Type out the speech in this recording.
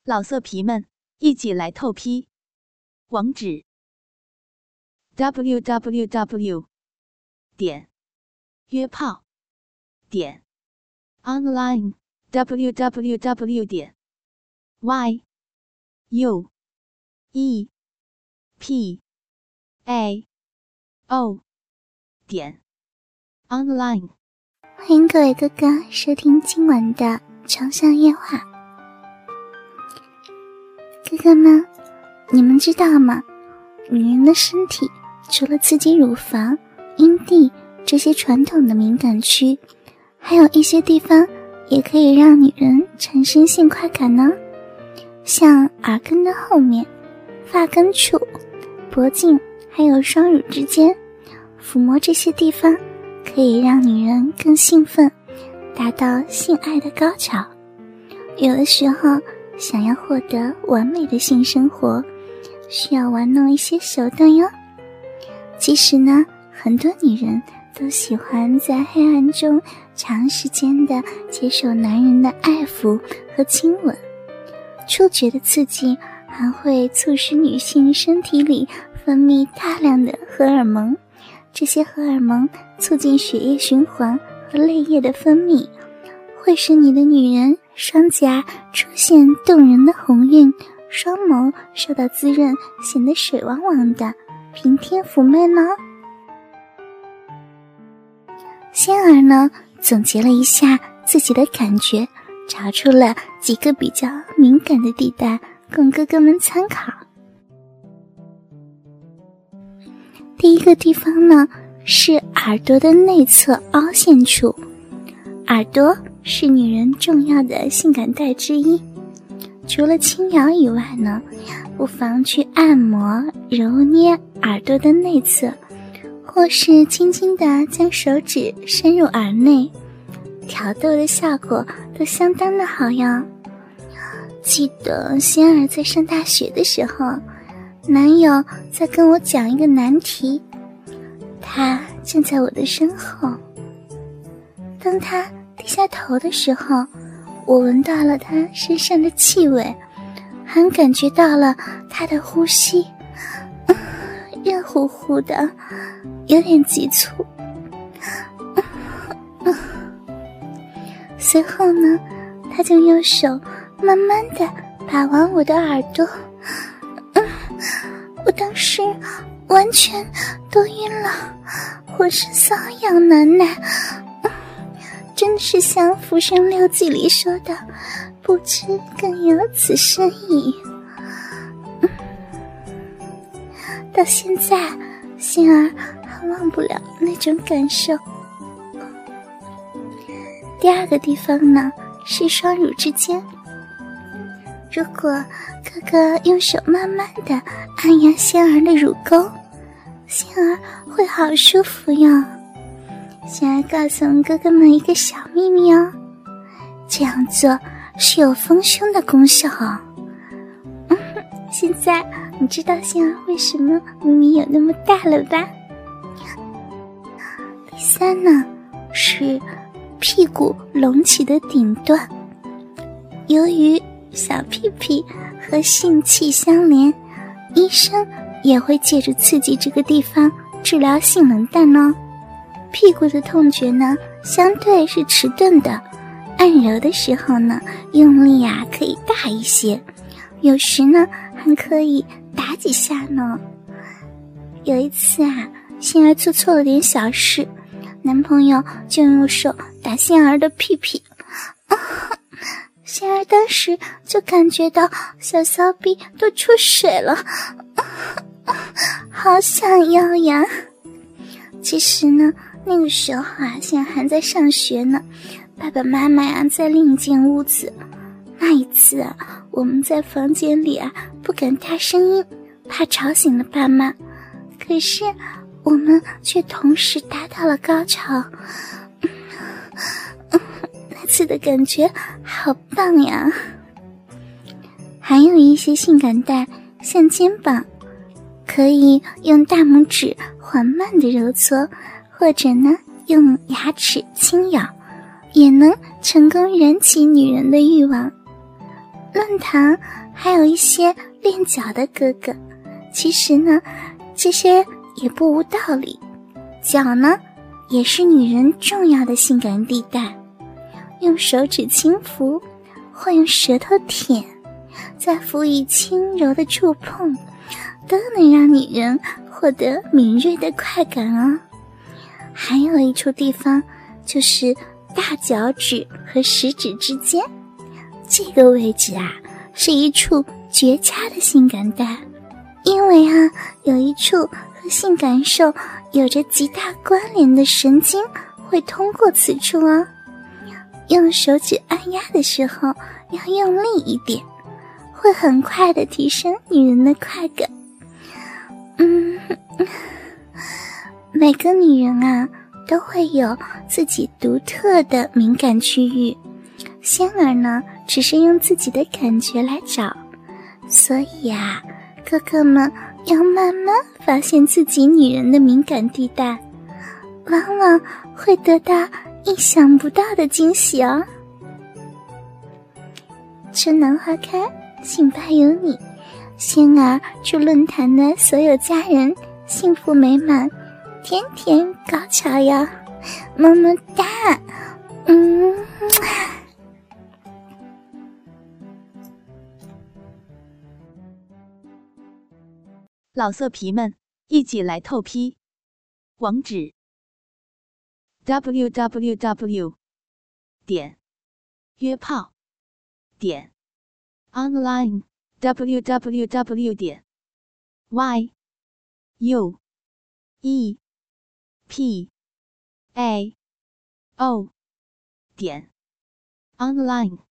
老色皮们，一起来透批！网址 www.约炮online www.yuepao.online。 欢迎各位哥哥收听今晚的长相夜话。哥哥们，你们知道吗？女人的身体除了刺激乳房、阴蒂这些传统的敏感区，还有一些地方也可以让女人产生性快感呢。像耳根的后面、发根处、脖颈还有双乳之间，抚摸这些地方可以让女人更兴奋，达到性爱的高潮。有的时候想要获得完美的性生活，需要玩弄一些手段哟。其实呢，很多女人都喜欢在黑暗中长时间的接受男人的爱抚和亲吻。触觉的刺激还会促使女性身体里分泌大量的荷尔蒙，这些荷尔蒙促进血液循环和泪液的分泌，会使你的女人双颊出现动人的红晕，双眸受到滋润，显得水汪汪的，平添妩媚呢。仙儿呢，总结了一下自己的感觉，找出了几个比较敏感的地带供哥哥们参考。第一个地方呢，是耳朵的内侧凹陷处。耳朵是女人重要的性感带之一，除了轻摇以外呢，不妨去按摩揉捏耳朵的内侧，或是轻轻地将手指伸入耳内，挑逗的效果都相当的好哟。记得仙儿在上大学的时候，男友在跟我讲一个难题，他站在我的身后，当他低下头的时候，我闻到了他身上的气味，还感觉到了他的呼吸，热乎乎的，有点急促。随后呢，他就用手慢慢地把玩我的耳朵，我当时完全都晕了，浑身瘙痒难耐，真的是像《浮生六记》里说的，不知更有此深意。到现在，心儿还忘不了那种感受。第二个地方呢，是双乳之间。如果哥哥用手慢慢地按压仙儿的乳沟，仙儿会好舒服哟。仙儿告诉哥哥们一个小秘密哦，这样做是有丰胸的功效哦。现在你知道仙儿为什么明明有那么大了吧？第三呢，是屁股隆起的顶端。由于小屁屁和性器相连，医生也会借着刺激这个地方治疗性冷淡哦。屁股的痛觉呢，相对是迟钝的，按揉的时候呢，用力啊可以大一些，有时呢还可以打几下呢。有一次啊，仙儿做错了点小事，男朋友就用手打仙儿的屁屁，仙儿当时就感觉到小骚逼都出水了，好想要呀。其实呢，那个时候啊，仙儿还在上学呢，爸爸妈妈呀在另一间屋子。那一次啊，我们在房间里啊不敢大声音，怕吵醒了爸妈，可是我们却同时达到了高潮。那次的感觉好棒呀。还有一些性感带，像肩膀，可以用大拇指缓慢地揉搓，或者呢用牙齿轻咬，也能成功燃起女人的欲望。 论坛还有一些练脚的哥哥，其实呢，这些也不无道理。脚呢，也是女人重要的性感地带，用手指轻抚，或用舌头舔，再辅以轻柔的触碰，都能让女人获得敏锐的快感啊。还有一处地方，就是大脚趾和食指之间，这个位置啊，是一处绝佳的性感带，因为啊，有一处和性感受有着极大关联的神经会通过此处啊。用手指按压的时候要用力一点，会很快地提升女人的快感。每个女人啊，都会有自己独特的敏感区域，仙儿呢，只是用自己的感觉来找，所以啊，哥哥们要慢慢发现自己女人的敏感地带，往往会得到意想不到的惊喜哦。春暖花开，幸吧有你，仙儿祝论坛的所有家人幸福美满，天天高潮呀，么么哒。 老色皮们，一起来透批！网址 www.约炮online www.yuepao.online